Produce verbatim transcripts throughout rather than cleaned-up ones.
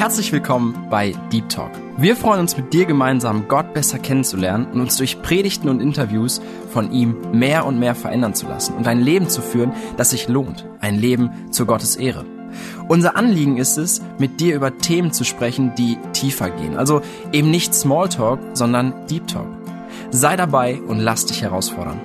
Herzlich willkommen bei Deep Talk. Wir freuen uns, mit dir gemeinsam Gott besser kennenzulernen und uns durch Predigten und Interviews von ihm mehr und mehr verändern zu lassen und ein Leben zu führen, das sich lohnt, ein Leben zu Gottes Ehre. Unser Anliegen ist es, mit dir über Themen zu sprechen, die tiefer gehen. Also eben nicht Smalltalk, sondern Deep Talk. Sei dabei und lass dich herausfordern.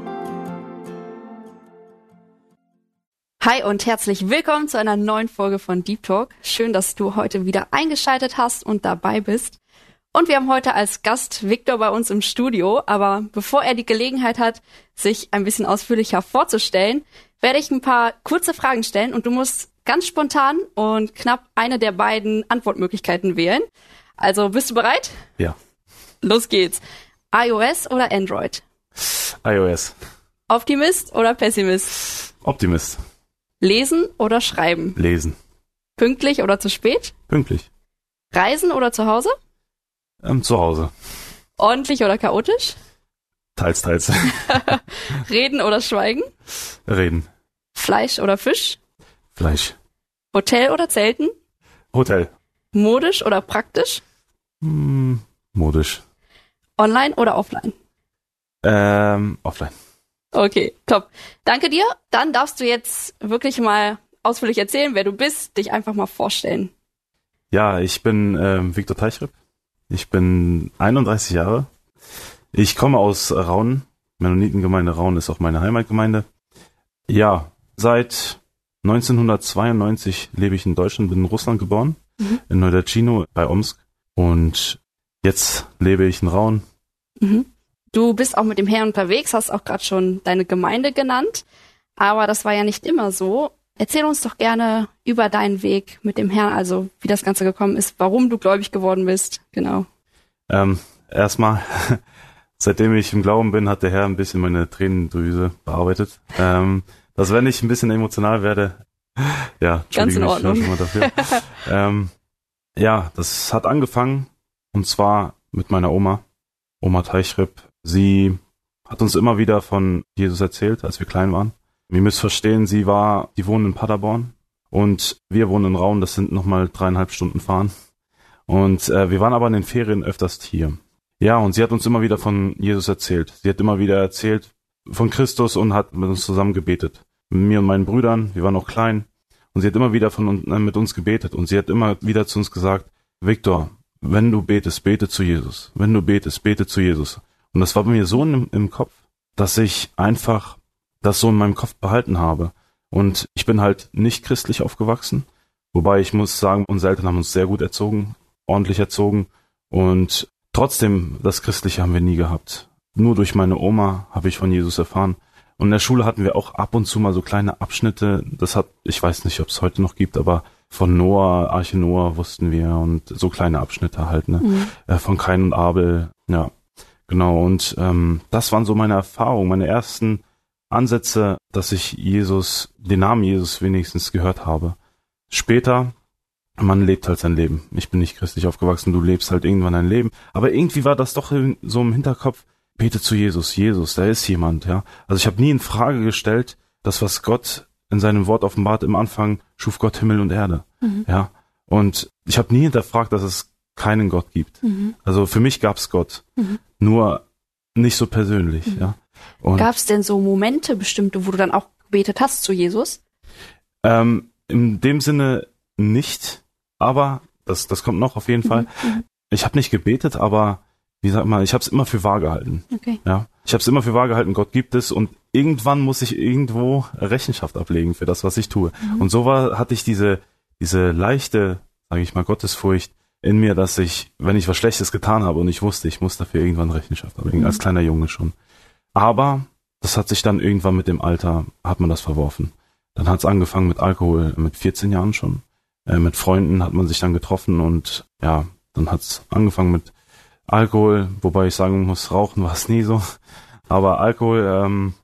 Hi und herzlich willkommen zu einer neuen Folge von Deep Talk. Schön, dass du heute wieder eingeschaltet hast und dabei bist. Und wir haben heute als Gast Victor bei uns im Studio. Aber bevor er die Gelegenheit hat, sich ein bisschen ausführlicher vorzustellen, werde ich ein paar kurze Fragen stellen und du musst ganz spontan und knapp eine der beiden Antwortmöglichkeiten wählen. Also bist du bereit? Ja. Los geht's. iOS oder Android? iOS. Optimist oder Pessimist? Optimist. Lesen oder schreiben? Lesen. Pünktlich oder zu spät? Pünktlich. Reisen oder zu Hause? Ähm, zu Hause. Ordentlich oder chaotisch? Teils, teils. Reden oder schweigen? Reden. Fleisch oder Fisch? Fleisch. Hotel oder Zelten? Hotel. Modisch oder praktisch? Hm, modisch. Online oder offline? Ähm, offline. Okay, top. Danke dir. Dann darfst du jetzt wirklich mal ausführlich erzählen, wer du bist, dich einfach mal vorstellen. Ja, ich bin ähm, Victor Teichripp. Ich bin einunddreißig Jahre. Ich komme aus Raunen. Mennonitengemeinde Raunen ist auch meine Heimatgemeinde. Ja, seit neunzehnhundertzweiundneunzig lebe ich in Deutschland, bin in Russland geboren, mhm. in Neuderchino bei Omsk. Und jetzt lebe ich in Raunen. Mhm. Du bist auch mit dem Herrn unterwegs, hast auch gerade schon deine Gemeinde genannt, aber das war ja nicht immer so. Erzähl uns doch gerne über deinen Weg mit dem Herrn, also wie das Ganze gekommen ist, warum du gläubig geworden bist, genau. Ähm, erstmal, seitdem ich im Glauben bin, hat der Herr ein bisschen meine Tränendrüse bearbeitet. Ähm, dass wenn ich ein bisschen emotional werde, ja, ganz in Ordnung. Mich schon mal dafür. ähm, ja, das hat angefangen, und zwar mit meiner Oma, Oma Teichripp. Sie hat uns immer wieder von Jesus erzählt, als wir klein waren. Ihr müsst verstehen, sie war, die wohnen in Paderborn und wir wohnen in Raunen, das sind nochmal dreieinhalb Stunden fahren. Und äh, wir waren aber in den Ferien öfters hier. Ja, und sie hat uns immer wieder von Jesus erzählt. Sie hat immer wieder erzählt von Christus und hat mit uns zusammen gebetet. Mit mir und meinen Brüdern, wir waren noch klein. Und sie hat immer wieder von äh, mit uns gebetet. Und sie hat immer wieder zu uns gesagt, Victor, wenn du betest, bete zu Jesus. Wenn du betest, bete zu Jesus. Und das war bei mir so im, im Kopf, dass ich einfach das so in meinem Kopf behalten habe. Und ich bin halt nicht christlich aufgewachsen. Wobei ich muss sagen, unsere Eltern haben uns sehr gut erzogen, ordentlich erzogen. Und trotzdem, das Christliche haben wir nie gehabt. Nur durch meine Oma habe ich von Jesus erfahren. Und in der Schule hatten wir auch ab und zu mal so kleine Abschnitte. Das hat, ich weiß nicht, ob es heute noch gibt, aber von Noah, Arche Noah wussten wir und so kleine Abschnitte halt, ne? Mhm. Äh, von Kain und Abel, ja. Genau, und ähm, das waren so meine Erfahrungen, meine ersten Ansätze, dass ich Jesus, den Namen Jesus wenigstens gehört habe. Später, man lebt halt sein Leben. Ich bin nicht christlich aufgewachsen, du lebst halt irgendwann ein Leben. Aber irgendwie war das doch so im Hinterkopf, bete zu Jesus, Jesus, da ist jemand, ja. Also ich habe nie in Frage gestellt, das, was Gott in seinem Wort offenbart, im Anfang schuf Gott Himmel und Erde, mhm. ja. Und ich habe nie hinterfragt, dass es keinen Gott gibt. Mhm. Also für mich gab's Gott, mhm. nur nicht so persönlich. Mhm. Ja. Gab's denn so Momente bestimmte, wo du dann auch gebetet hast zu Jesus? Ähm, in dem Sinne nicht, aber das das kommt noch auf jeden mhm. Fall. Mhm. Ich habe nicht gebetet, aber wie sagt man, ich habe es immer für wahr gehalten. Okay. Ja, ich habe es immer für wahr gehalten. Gott gibt es und irgendwann muss ich irgendwo Rechenschaft ablegen für das, was ich tue. Mhm. Und so war hatte ich diese diese leichte, sage ich mal, Gottesfurcht in mir, dass ich, wenn ich was Schlechtes getan habe und ich wusste, ich muss dafür irgendwann Rechenschaft ablegen, mhm. als kleiner Junge schon. Aber das hat sich dann irgendwann mit dem Alter, hat man das verworfen. Dann hat es angefangen mit Alkohol, mit vierzehn Jahren schon. Äh, mit Freunden hat man sich dann getroffen und ja, dann hat es angefangen mit Alkohol, wobei ich sagen muss, Rauchen war es nie so. Aber Alkohol ähm,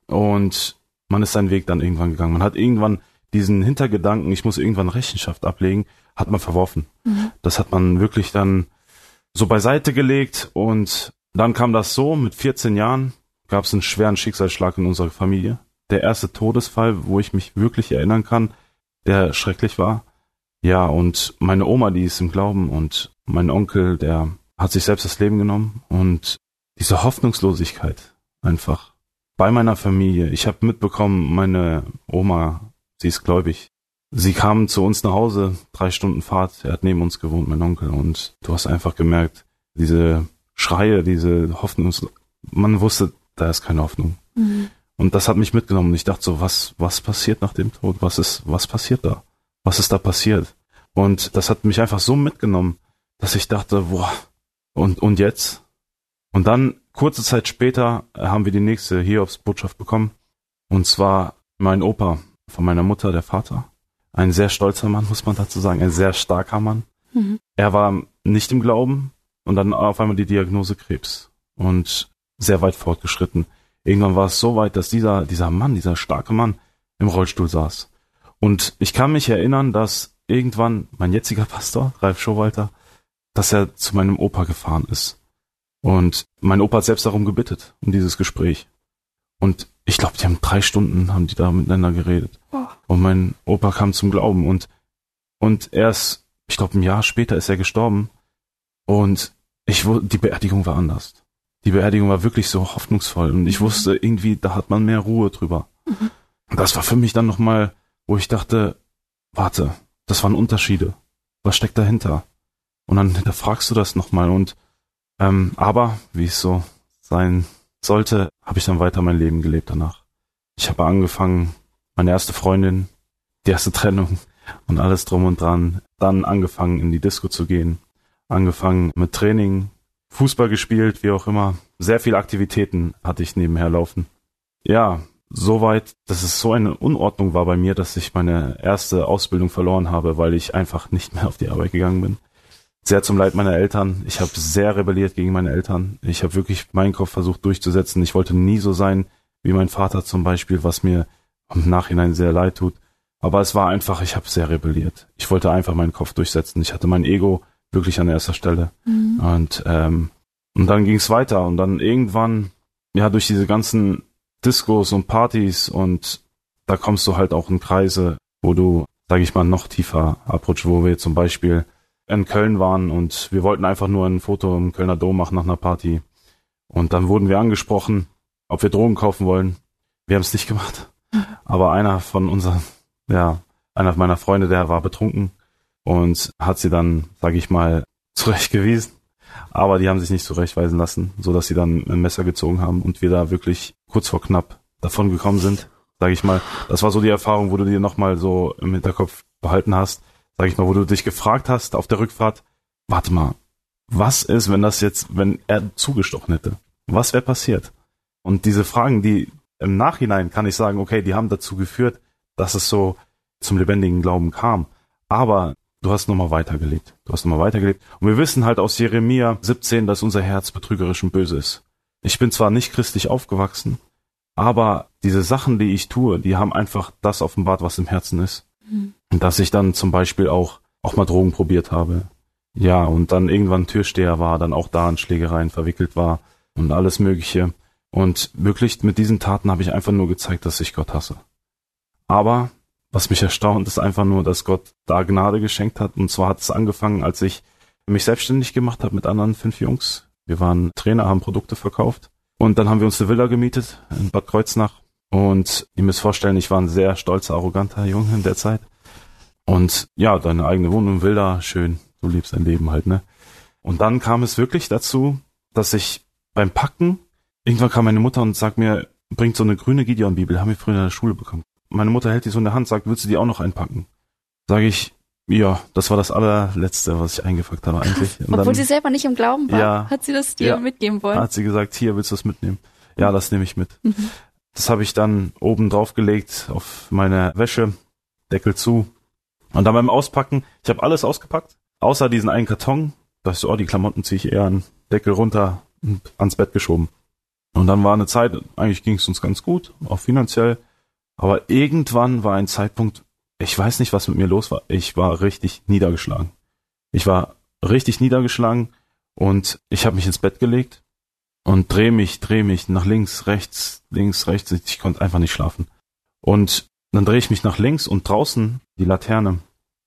und man ist seinen Weg dann irgendwann gegangen. Man hat irgendwann diesen Hintergedanken, ich muss irgendwann Rechenschaft ablegen, hat man verworfen. Mhm. Das hat man wirklich dann so beiseite gelegt und dann kam das so, mit vierzehn Jahren gab es einen schweren Schicksalsschlag in unserer Familie. Der erste Todesfall, wo ich mich wirklich erinnern kann, der schrecklich war. Ja, und meine Oma, die ist im Glauben und mein Onkel, der hat sich selbst das Leben genommen und diese Hoffnungslosigkeit einfach bei meiner Familie. Ich habe mitbekommen, meine Oma, sie ist gläubig. Sie kam zu uns nach Hause, drei Stunden Fahrt, er hat neben uns gewohnt, mein Onkel, und du hast einfach gemerkt, diese Schreie, diese Hoffnung, man wusste, da ist keine Hoffnung. Mhm. Und das hat mich mitgenommen und ich dachte so, was, was passiert nach dem Tod? Was ist, was passiert da? Was ist da passiert? Und das hat mich einfach so mitgenommen, dass ich dachte, boah, und, und jetzt? Und dann, kurze Zeit später, haben wir die nächste Hiobsbotschaft bekommen. Und zwar mein Opa von meiner Mutter, der Vater. Ein sehr stolzer Mann, muss man dazu sagen, ein sehr starker Mann. Mhm. Er war nicht im Glauben und dann auf einmal die Diagnose Krebs und sehr weit fortgeschritten. Irgendwann war es so weit, dass dieser, dieser Mann, dieser starke Mann im Rollstuhl saß. Und ich kann mich erinnern, dass irgendwann mein jetziger Pastor, Ralf Schowalter, dass er zu meinem Opa gefahren ist. Und mein Opa hat selbst darum gebeten, um dieses Gespräch. Und ich glaube, die haben drei Stunden, haben die da miteinander geredet. Oh. Und mein Opa kam zum Glauben. Und, und erst, ich glaube, ein Jahr später ist er gestorben. Und ich, die Beerdigung war anders. Die Beerdigung war wirklich so hoffnungsvoll. Und ich mhm. wusste irgendwie, da hat man mehr Ruhe drüber. Mhm. Das war für mich dann nochmal, wo ich dachte, warte, das waren Unterschiede. Was steckt dahinter? Und dann hinterfragst du das nochmal. Und ähm, aber, wie es so sein sollte, habe ich dann weiter mein Leben gelebt danach. Ich habe angefangen, meine erste Freundin, die erste Trennung und alles drum und dran. Dann angefangen, in die Disco zu gehen. Angefangen mit Training, Fußball gespielt, wie auch immer. Sehr viele Aktivitäten hatte ich nebenher laufen. Ja, soweit, dass es so eine Unordnung war bei mir, dass ich meine erste Ausbildung verloren habe, weil ich einfach nicht mehr auf die Arbeit gegangen bin. Sehr zum Leid meiner Eltern. Ich habe sehr rebelliert gegen meine Eltern. Ich habe wirklich meinen Kopf versucht durchzusetzen. Ich wollte nie so sein wie mein Vater zum Beispiel, was mir im Nachhinein sehr leid tut. Aber es war einfach, ich habe sehr rebelliert. Ich wollte einfach meinen Kopf durchsetzen. Ich hatte mein Ego wirklich an erster Stelle. Mhm. Und, ähm, und dann ging es weiter. Und dann irgendwann, ja, durch diese ganzen Discos und Partys und da kommst du halt auch in Kreise, wo du, sage ich mal, noch tiefer abrutschst, wo wir zum Beispiel in Köln waren und wir wollten einfach nur ein Foto im Kölner Dom machen nach einer Party. Und dann wurden wir angesprochen, ob wir Drogen kaufen wollen. Wir haben es nicht gemacht. Aber einer von unseren, ja, einer meiner Freunde, der war betrunken und hat sie dann, sage ich mal, zurechtgewiesen. Aber die haben sich nicht zurechtweisen lassen, so dass sie dann ein Messer gezogen haben und wir da wirklich kurz vor knapp davon gekommen sind, sage ich mal. Das war so die Erfahrung, wo du dir nochmal so im Hinterkopf behalten hast, sag ich mal, wo du dich gefragt hast auf der Rückfahrt, warte mal, was ist, wenn das jetzt, wenn er zugestochen hätte? Was wäre passiert? Und diese Fragen, die im Nachhinein kann ich sagen, okay, die haben dazu geführt, dass es so zum lebendigen Glauben kam. Aber du hast nochmal weitergelebt. Du hast nochmal weitergelebt. Und wir wissen halt aus Jeremia siebzehn, dass unser Herz betrügerisch und böse ist. Ich bin zwar nicht christlich aufgewachsen, aber diese Sachen, die ich tue, die haben einfach das offenbart, was im Herzen ist. Mhm. Dass ich dann zum Beispiel auch, auch mal Drogen probiert habe. Ja, und dann irgendwann Türsteher war, dann auch da in Schlägereien verwickelt war und alles Mögliche. Und wirklich mit diesen Taten habe ich einfach nur gezeigt, dass ich Gott hasse. Aber was mich erstaunt, ist einfach nur, dass Gott da Gnade geschenkt hat. Und zwar hat es angefangen, als ich mich selbstständig gemacht habe mit anderen fünf Jungs. Wir waren Trainer, haben Produkte verkauft. Und dann haben wir uns eine Villa gemietet in Bad Kreuznach. Und ihr müsst vorstellen, ich war ein sehr stolzer, arroganter Junge in der Zeit. Und ja, deine eigene Wohnung, Villa, schön, du lebst dein Leben halt, ne? Und dann kam es wirklich dazu, dass ich beim Packen, irgendwann kam meine Mutter und sagt mir, bringt so eine grüne Gideon-Bibel, haben wir früher in der Schule bekommen. Meine Mutter hält die so in der Hand, sagt, willst du die auch noch einpacken? Sage ich, ja, das war das allerletzte, was ich eingepackt habe eigentlich. Und Obwohl dann, sie selber nicht im Glauben war, ja, hat sie das dir ja, mitgeben wollen? Hat sie gesagt, hier, willst du das mitnehmen? Ja, das nehme ich mit. Mhm. Das habe ich dann oben drauf gelegt auf meine Wäsche, Deckel zu. Und dann beim Auspacken, ich habe alles ausgepackt, außer diesen einen Karton. Da ist so, oh, die Klamotten ziehe ich eher an, Deckel runter und ans Bett geschoben. Und dann war eine Zeit, eigentlich ging es uns ganz gut, auch finanziell. Aber irgendwann war ein Zeitpunkt, ich weiß nicht, was mit mir los war. Ich war richtig niedergeschlagen. Ich war richtig niedergeschlagen und ich habe mich ins Bett gelegt und drehe mich, drehe mich nach links, rechts, links, rechts. Ich konnte einfach nicht schlafen. Und dann drehe ich mich nach links und draußen die Laterne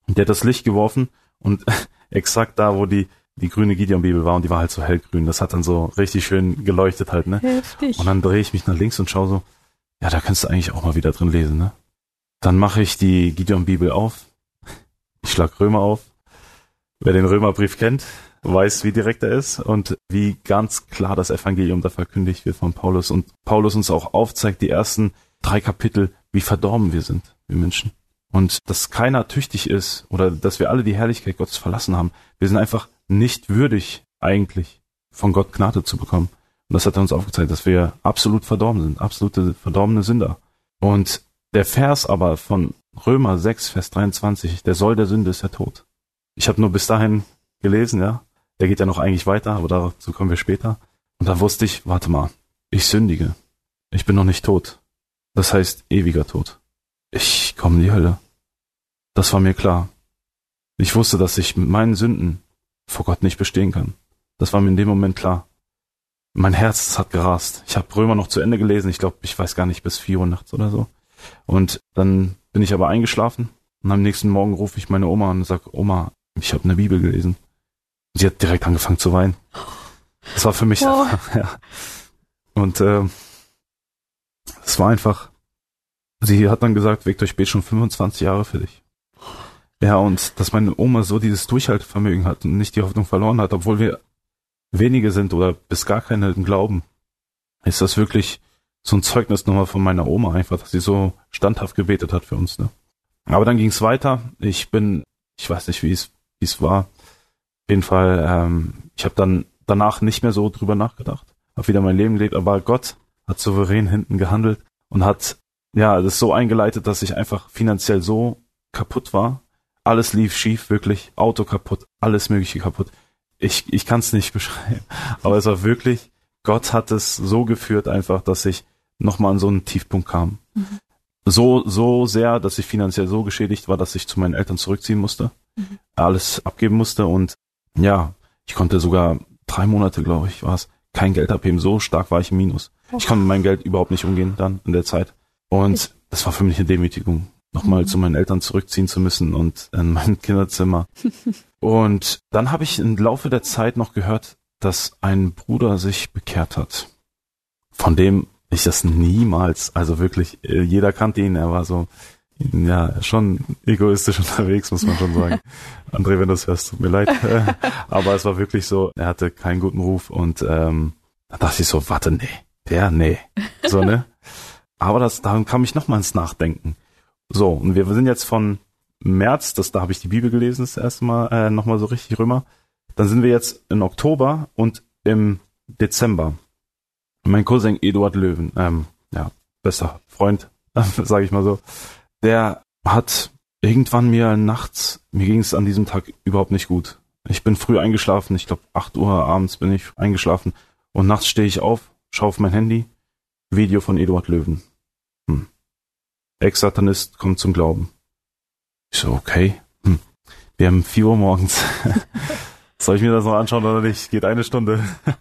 Und der hat das Licht geworfen und exakt da, wo die die grüne Gideon-Bibel war und die war halt so hellgrün. Das hat dann so richtig schön geleuchtet halt, ne? Heftig. Und dann drehe ich mich nach links und schaue so, ja, da kannst du eigentlich auch mal wieder drin lesen, ne? Dann mache ich die Gideon-Bibel auf. Ich schlag Römer auf. Wer den Römerbrief kennt, weiß, wie direkt er ist und wie ganz klar das Evangelium da verkündigt wird von Paulus. Und Paulus uns auch aufzeigt, die ersten drei Kapitel, wie verdorben wir sind, wir Menschen. Und dass keiner tüchtig ist oder dass wir alle die Herrlichkeit Gottes verlassen haben. Wir sind einfach nicht würdig, eigentlich von Gott Gnade zu bekommen. Und das hat er uns aufgezeigt, dass wir absolut verdorben sind, absolute verdorbene Sünder. Und der Vers aber von Römer sechs, Vers dreiundzwanzig, der Soll der Sünde ist der Tod. Ich habe nur bis dahin gelesen, ja. Der geht ja noch eigentlich weiter, aber dazu kommen wir später. Und da wusste ich, warte mal, ich sündige. Ich bin noch nicht tot. Das heißt ewiger Tod. Ich komme in die Hölle. Das war mir klar. Ich wusste, dass ich mit meinen Sünden vor Gott nicht bestehen kann. Das war mir in dem Moment klar. Mein Herz das hat gerast. Ich habe Römer noch zu Ende gelesen. Ich glaube, ich weiß gar nicht, bis vier Uhr nachts oder so. Und dann bin ich aber eingeschlafen. Und am nächsten Morgen rufe ich meine Oma an und sage, Oma, ich habe eine Bibel gelesen. Und sie hat direkt angefangen zu weinen. Das war für mich oh. einfach, ja. Und äh, es war einfach, sie hat dann gesagt, Victor, ich bete schon fünfundzwanzig Jahre für dich. Ja, und dass meine Oma so dieses Durchhaltevermögen hat und nicht die Hoffnung verloren hat, obwohl wir wenige sind oder bis gar keine im Glauben, ist das wirklich so ein Zeugnis nochmal von meiner Oma einfach, dass sie so standhaft gebetet hat für uns. Ne? Aber dann ging es weiter. Ich bin, ich weiß nicht, wie es wie es war. Auf jeden Fall, ähm, ich habe dann danach nicht mehr so drüber nachgedacht, habe wieder mein Leben gelebt, aber Gott hat souverän hinten gehandelt und hat ja das so eingeleitet, dass ich einfach finanziell so kaputt war. Alles lief schief, wirklich. Auto kaputt, alles Mögliche kaputt. Ich, ich kann es nicht beschreiben. Aber es war wirklich, Gott hat es so geführt einfach, dass ich nochmal an so einen Tiefpunkt kam. Mhm. So, so sehr, dass ich finanziell so geschädigt war, dass ich zu meinen Eltern zurückziehen musste. Mhm. Alles abgeben musste und ja, ich konnte sogar drei Monate, glaube ich, war es, kein Geld abheben. So stark war ich im Minus. Oh. Ich konnte mit meinem Geld überhaupt nicht umgehen dann in der Zeit. Und ich das war für mich eine Demütigung. Nochmal mhm. zu meinen Eltern zurückziehen zu müssen und in mein Kinderzimmer. Und dann habe ich im Laufe der Zeit noch gehört, dass ein Bruder sich bekehrt hat. Von dem ich das niemals, also wirklich, jeder kannte ihn, er war so, ja, schon egoistisch unterwegs, muss man schon sagen. André, wenn du das hörst, tut mir leid. Aber es war wirklich so, er hatte keinen guten Ruf und ähm, da dachte ich so, warte, nee, der, nee. So, ne? Aber das, daran kam ich nochmal ins Nachdenken. So, und wir sind jetzt von März, das, da habe ich die Bibel gelesen, das erste Mal, äh, nochmal so richtig Römer. Dann sind wir jetzt in Oktober und im Dezember. Mein Cousin Eduard Löwen, ähm, ja, bester Freund, sage ich mal so, der hat irgendwann mir nachts, mir ging es an diesem Tag überhaupt nicht gut. Ich bin früh eingeschlafen, ich glaube acht Uhr abends bin ich eingeschlafen und nachts stehe ich auf, schaue auf mein Handy, Video von Eduard Löwen. Hm. Ex-Satanist kommt zum Glauben. Ich so, okay, hm. Wir haben vier Uhr morgens. Soll ich mir das noch anschauen oder nicht? Geht eine Stunde.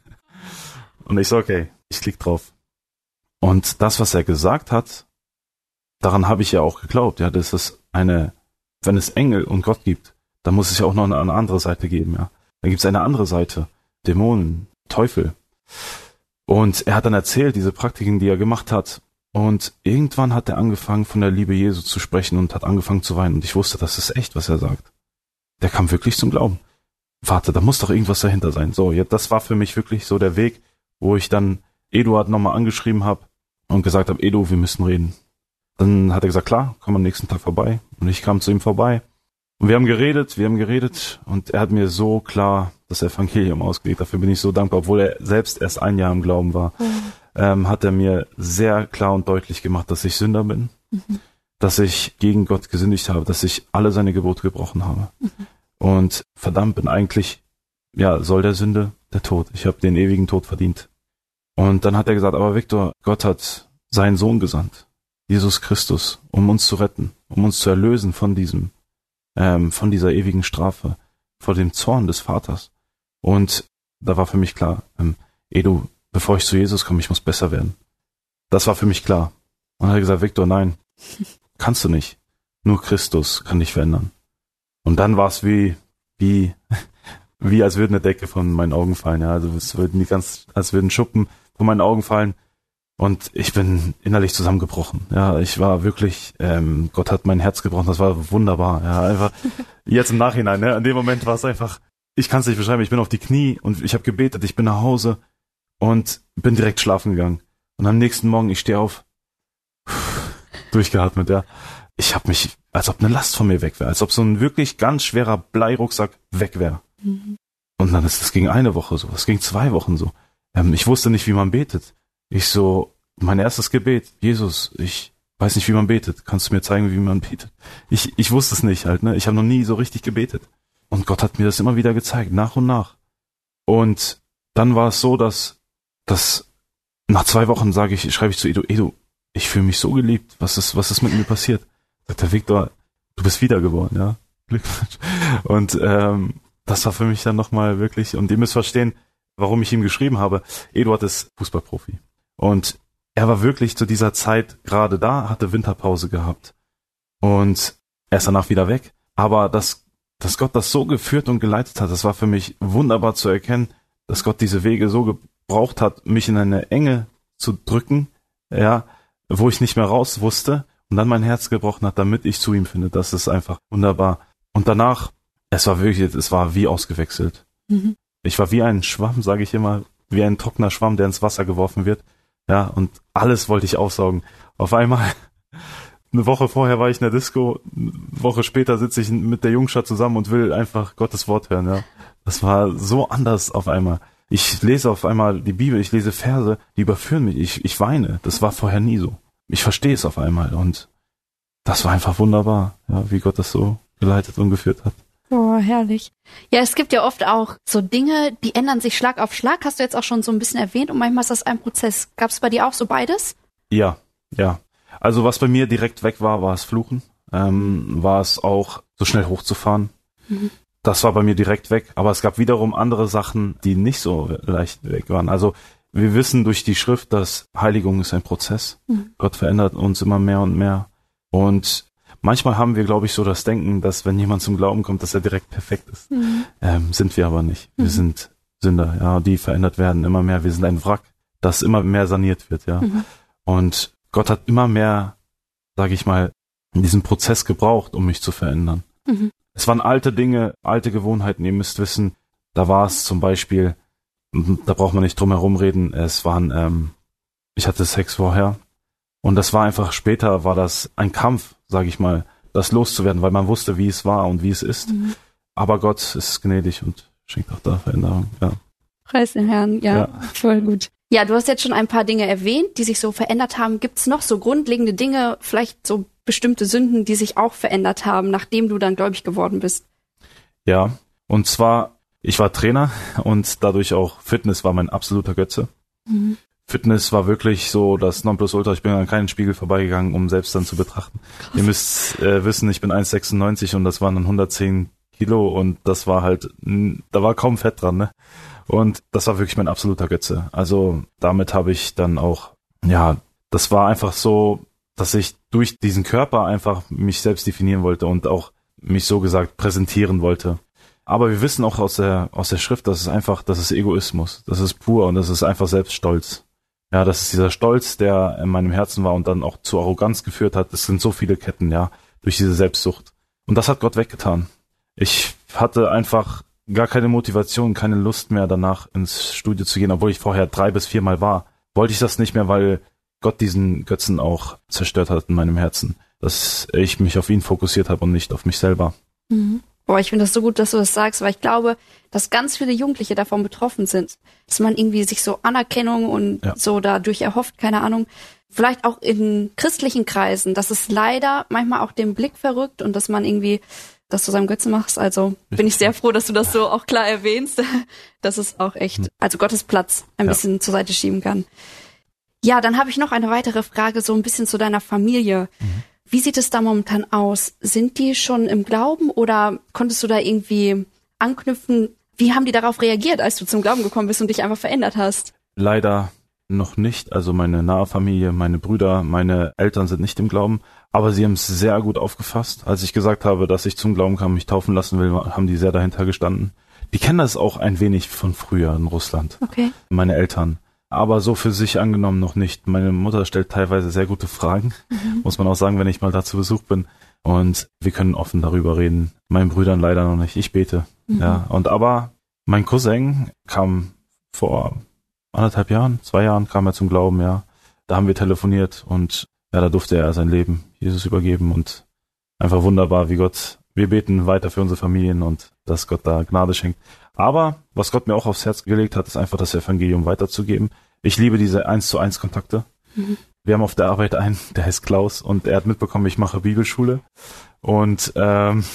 Und ich so, okay, ich klick drauf. Und das, was er gesagt hat, daran habe ich ja auch geglaubt. Ja, das ist eine, wenn es Engel und Gott gibt, dann muss es ja auch noch eine, eine andere Seite geben. Ja, dann gibt es eine andere Seite, Dämonen, Teufel. Und er hat dann erzählt, diese Praktiken, die er gemacht hat. Und irgendwann hat er angefangen, von der Liebe Jesu zu sprechen und hat angefangen zu weinen. Und ich wusste, das ist echt, was er sagt. Der kam wirklich zum Glauben. Warte, da muss doch irgendwas dahinter sein. So, ja, das war für mich wirklich so der Weg, wo ich dann Eduard nochmal angeschrieben habe und gesagt habe, Edu, wir müssen reden. Dann hat er gesagt, klar, komm am nächsten Tag vorbei. Und ich kam zu ihm vorbei. Und wir haben geredet, wir haben geredet. Und er hat mir so klar das Evangelium ausgelegt. Dafür bin ich so dankbar, obwohl er selbst erst ein Jahr im Glauben war. Mhm. Ähm, hat er mir sehr klar und deutlich gemacht, dass ich Sünder bin, mhm. dass ich gegen Gott gesündigt habe, dass ich alle seine Gebote gebrochen habe. Mhm. Und verdammt bin eigentlich, ja, soll der Sünde der Tod. Ich habe den ewigen Tod verdient. Und dann hat er gesagt, aber Victor, Gott hat seinen Sohn gesandt, Jesus Christus, um uns zu retten, um uns zu erlösen von diesem, ähm, von dieser ewigen Strafe, vor dem Zorn des Vaters. Und da war für mich klar, ähm, Edu, bevor ich zu Jesus komme, ich muss besser werden. Das war für mich klar. Und er hat gesagt, Victor, nein, kannst du nicht. Nur Christus kann dich verändern. Und dann war es wie, wie, wie als würde eine Decke von meinen Augen fallen. Ja, also es würden die ganz, als würden Schuppen von meinen Augen fallen. Und ich bin innerlich zusammengebrochen. Ja, ich war wirklich, ähm, Gott hat mein Herz gebrochen. Das war wunderbar. Ja, einfach jetzt im Nachhinein. Ne, an dem Moment war es einfach, ich kann es nicht beschreiben. Ich bin auf die Knie und ich habe gebetet. Ich bin nach Hause und bin direkt schlafen gegangen. Und am nächsten Morgen, ich stehe auf, durchgeatmet. Ja, ich habe mich, als ob eine Last von mir weg wäre, als ob so ein wirklich ganz schwerer Bleirucksack weg wäre. Mhm. Und dann ist das ging eine Woche so, das ging zwei Wochen so. Ähm, ich wusste nicht, wie man betet. Ich so, mein erstes Gebet, Jesus, ich weiß nicht, wie man betet. Kannst du mir zeigen, wie man betet? Ich ich wusste es nicht halt, ne? Ich habe noch nie so richtig gebetet. Und Gott hat mir das immer wieder gezeigt, nach und nach. Und dann war es so, dass, dass nach zwei Wochen sage ich, schreibe ich zu Edu, Edu, ich fühle mich so geliebt. Was ist, was ist mit mir passiert? Sagt der Viktor, du bist wiedergeboren, ja? Glückwunsch. Und ähm, das war für mich dann nochmal wirklich, und ihr müsst verstehen, warum ich ihm geschrieben habe. Eduard ist Fußballprofi. Und er war wirklich zu dieser Zeit gerade da, hatte Winterpause gehabt. Und er ist danach wieder weg. Aber dass, dass Gott das so geführt und geleitet hat, das war für mich wunderbar zu erkennen, dass Gott diese Wege so gebraucht hat, mich in eine Enge zu drücken, ja, wo ich nicht mehr raus wusste und dann mein Herz gebrochen hat, damit ich zu ihm finde. Das ist einfach wunderbar. Und danach, es war wirklich, es war wie ausgewechselt. Mhm. Ich war wie ein Schwamm, sage ich immer, wie ein trockener Schwamm, der ins Wasser geworfen wird. Ja, und alles wollte ich aufsaugen. Auf einmal, eine Woche vorher war ich in der Disco, eine Woche später sitze ich mit der Jungschar zusammen und will einfach Gottes Wort hören. Ja, das war so anders auf einmal. Ich lese auf einmal die Bibel, ich lese Verse, die überführen mich. Ich, ich weine. Das war vorher nie so. Ich verstehe es auf einmal und das war einfach wunderbar, ja, wie Gott das so geleitet und geführt hat. Oh, herrlich. Ja, es gibt ja oft auch so Dinge, die ändern sich Schlag auf Schlag. Hast du jetzt auch schon so ein bisschen erwähnt und manchmal ist das ein Prozess. Gab es bei dir auch so beides? Ja, ja. Also was bei mir direkt weg war, war es Fluchen. Ähm, war es auch so schnell hochzufahren. Mhm. Das war bei mir direkt weg. Aber es gab wiederum andere Sachen, die nicht so leicht weg waren. Also wir wissen durch die Schrift, dass Heiligung ist ein Prozess. Mhm. Gott verändert uns immer mehr und mehr. Und manchmal haben wir, glaube ich, so das Denken, dass wenn jemand zum Glauben kommt, dass er direkt perfekt ist. Mhm. Ähm, sind wir aber nicht. Wir mhm. sind Sünder, ja, die verändert werden immer mehr. Wir sind ein Wrack, das immer mehr saniert wird, ja. Mhm. Und Gott hat immer mehr, sage ich mal, diesen Prozess gebraucht, um mich zu verändern. Mhm. Es waren alte Dinge, alte Gewohnheiten. Ihr müsst wissen, da war es zum Beispiel, da braucht man nicht drum herum reden, es waren, ähm, ich hatte Sex vorher und das war einfach, später war das ein Kampf, sage ich mal, das loszuwerden, weil man wusste, wie es war und wie es ist. Mhm. Aber Gott ist gnädig und schenkt auch da Veränderung, ja. Preis den Herrn, ja, ja, voll gut. Ja, du hast jetzt schon ein paar Dinge erwähnt, die sich so verändert haben. Gibt es noch so grundlegende Dinge, vielleicht so bestimmte Sünden, die sich auch verändert haben, nachdem du dann gläubig geworden bist? Ja, und zwar, ich war Trainer und dadurch auch Fitness war mein absoluter Götze. Mhm. Fitness war wirklich so das Nonplusultra. Ich bin an keinen Spiegel vorbeigegangen, um selbst dann zu betrachten. Krass. Ihr müsst äh, wissen, ich bin eins Komma sechsundneunzig und das waren dann hundertzehn Kilo und das war halt, da war kaum Fett dran, ne? Und das war wirklich mein absoluter Götze. Also damit habe ich dann auch, ja, das war einfach so, dass ich durch diesen Körper einfach mich selbst definieren wollte und auch mich so gesagt präsentieren wollte. Aber wir wissen auch aus der aus der Schrift, dass es einfach, das ist Egoismus, das ist pur und das ist einfach Selbststolz. Ja, das ist dieser Stolz, der in meinem Herzen war und dann auch zu Arroganz geführt hat. Es sind so viele Ketten, ja, durch diese Selbstsucht. Und das hat Gott weggetan. Ich hatte einfach gar keine Motivation, keine Lust mehr danach ins Studio zu gehen, obwohl ich vorher drei bis viermal war. Wollte ich das nicht mehr, weil Gott diesen Götzen auch zerstört hat in meinem Herzen. Dass ich mich auf ihn fokussiert habe und nicht auf mich selber. Mhm. Boah, ich finde das so gut, dass du das sagst, weil ich glaube, dass ganz viele Jugendliche davon betroffen sind. Dass man irgendwie sich so Anerkennung und ja. so dadurch erhofft, keine Ahnung. Vielleicht auch in christlichen Kreisen, dass es leider manchmal auch den Blick verrückt und dass man irgendwie das zu seinem Götzen machst. Also bin ich sehr froh, dass du das so auch klar erwähnst, dass es auch echt, also Gottes Platz ein ja. bisschen zur Seite schieben kann. Ja, dann habe ich noch eine weitere Frage, so ein bisschen zu deiner Familie. Mhm. Wie sieht es da momentan aus? Sind die schon im Glauben oder konntest du da irgendwie anknüpfen? Wie haben die darauf reagiert, als du zum Glauben gekommen bist und dich einfach verändert hast? Leider noch nicht. Also meine nahe Familie, meine Brüder, meine Eltern sind nicht im Glauben. Aber sie haben es sehr gut aufgefasst. Als ich gesagt habe, dass ich zum Glauben kam, mich taufen lassen will, haben die sehr dahinter gestanden. Die kennen das auch ein wenig von früher in Russland. Okay. Meine Eltern. Aber so für sich angenommen noch nicht. Meine Mutter stellt teilweise sehr gute Fragen, mhm. muss man auch sagen, wenn ich mal da zu Besuch bin. Und wir können offen darüber reden. Meinen Brüdern leider noch nicht. Ich bete. Mhm. Ja. Und aber mein Cousin kam vor anderthalb Jahren, zwei Jahren kam er zum Glauben, ja. Da haben wir telefoniert und ja, da durfte er sein Leben Jesus übergeben und einfach wunderbar, wie Gott, wir beten weiter für unsere Familien und dass Gott da Gnade schenkt. Aber was Gott mir auch aufs Herz gelegt hat, ist einfach das Evangelium weiterzugeben. Ich liebe diese eins zu eins Kontakte. Mhm. Wir haben auf der Arbeit einen, der heißt Klaus und er hat mitbekommen, ich mache Bibelschule und ähm,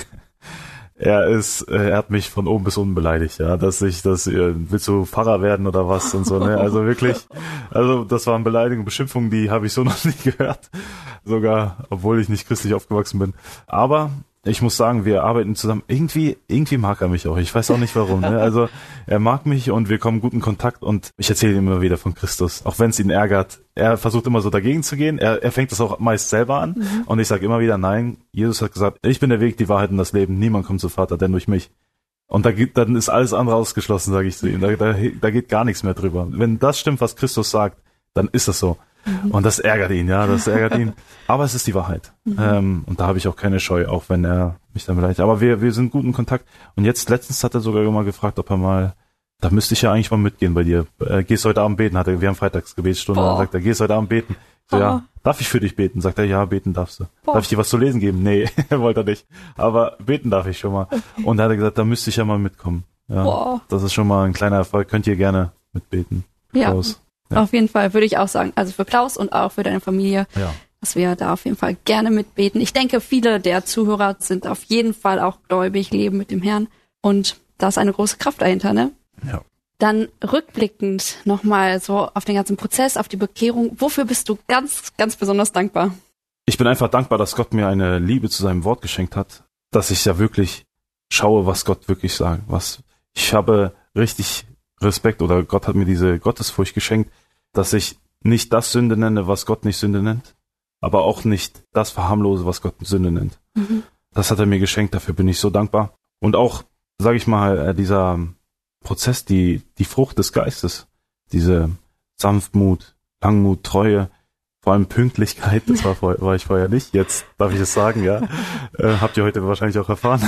er ist, er hat mich von oben bis unten beleidigt, ja, dass ich, dass willst du Pfarrer werden oder was und so, ne? Also wirklich, also das waren Beleidigungen, Beschimpfungen, die habe ich so noch nie gehört, sogar, obwohl ich nicht christlich aufgewachsen bin. Aber ich muss sagen, wir arbeiten zusammen. Irgendwie, irgendwie mag er mich auch. Ich weiß auch nicht warum. Ne? Also er mag mich und wir kommen gut in Kontakt und ich erzähle ihm immer wieder von Christus, auch wenn es ihn ärgert. Er versucht immer so dagegen zu gehen. Er, er fängt das auch meist selber an mhm. und ich sage immer wieder, nein, Jesus hat gesagt, ich bin der Weg, die Wahrheit und das Leben. Niemand kommt zum Vater, denn durch mich. Und da geht, dann ist alles andere ausgeschlossen, sage ich zu ihm. Da, da, da geht gar nichts mehr drüber. Wenn das stimmt, was Christus sagt, dann ist das so. Mhm. Und das ärgert ihn, ja, das ärgert ihn. Aber es ist die Wahrheit. Mhm. Ähm, und da habe ich auch keine Scheu, auch wenn er mich dann beleidigt. Aber wir, wir sind gut in Kontakt. Und jetzt, letztens hat er sogar mal gefragt, ob er mal, da müsste ich ja eigentlich mal mitgehen bei dir. Äh, gehst heute Abend beten? Hat er, wir haben Freitagsgebetsstunde. Dann sagt er, gehst heute Abend beten? So, ja, darf ich für dich beten? Sagt er, ja, beten darfst du. Boah. Darf ich dir was zu lesen geben? Nee, wollte er nicht. Aber beten darf ich schon mal. Okay. Und da hat er gesagt, da müsste ich ja mal mitkommen. Ja, Boah. Das ist schon mal ein kleiner Erfolg. Könnt ihr gerne mitbeten. Ja. Klaus. Ja. Auf jeden Fall würde ich auch sagen, also für Klaus und auch für deine Familie, ja. dass wir da auf jeden Fall gerne mitbeten. Ich denke, viele der Zuhörer sind auf jeden Fall auch gläubig, leben mit dem Herrn und da ist eine große Kraft dahinter, ne? Ja. Dann rückblickend nochmal so auf den ganzen Prozess, auf die Bekehrung. Wofür bist du ganz, ganz besonders dankbar? Ich bin einfach dankbar, dass Gott mir eine Liebe zu seinem Wort geschenkt hat, dass ich ja wirklich schaue, was Gott wirklich sagt. Was ich habe richtig Respekt oder Gott hat mir diese Gottesfurcht geschenkt, dass ich nicht das Sünde nenne, was Gott nicht Sünde nennt, aber auch nicht das verharmlose, was Gott Sünde nennt. Mhm. Das hat er mir geschenkt, dafür bin ich so dankbar. Und auch, sage ich mal, dieser Prozess, die die Frucht des Geistes, diese Sanftmut, Langmut, Treue, vor allem Pünktlichkeit, das war, vor, war ich vorher nicht, jetzt darf ich es sagen, ja, äh, habt ihr heute wahrscheinlich auch erfahren.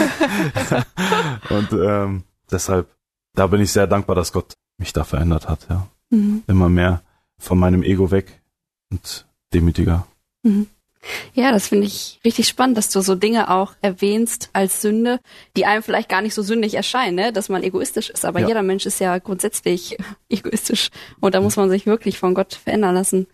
Und ähm, deshalb, da bin ich sehr dankbar, dass Gott mich da verändert hat, ja. Mhm. Immer mehr von meinem Ego weg und demütiger. Mhm. Ja, das finde ich richtig spannend, dass du so Dinge auch erwähnst als Sünde, die einem vielleicht gar nicht so sündig erscheinen, ne? Dass man egoistisch ist. Aber ja. Jeder Mensch ist ja grundsätzlich egoistisch und da muss man sich wirklich von Gott verändern lassen.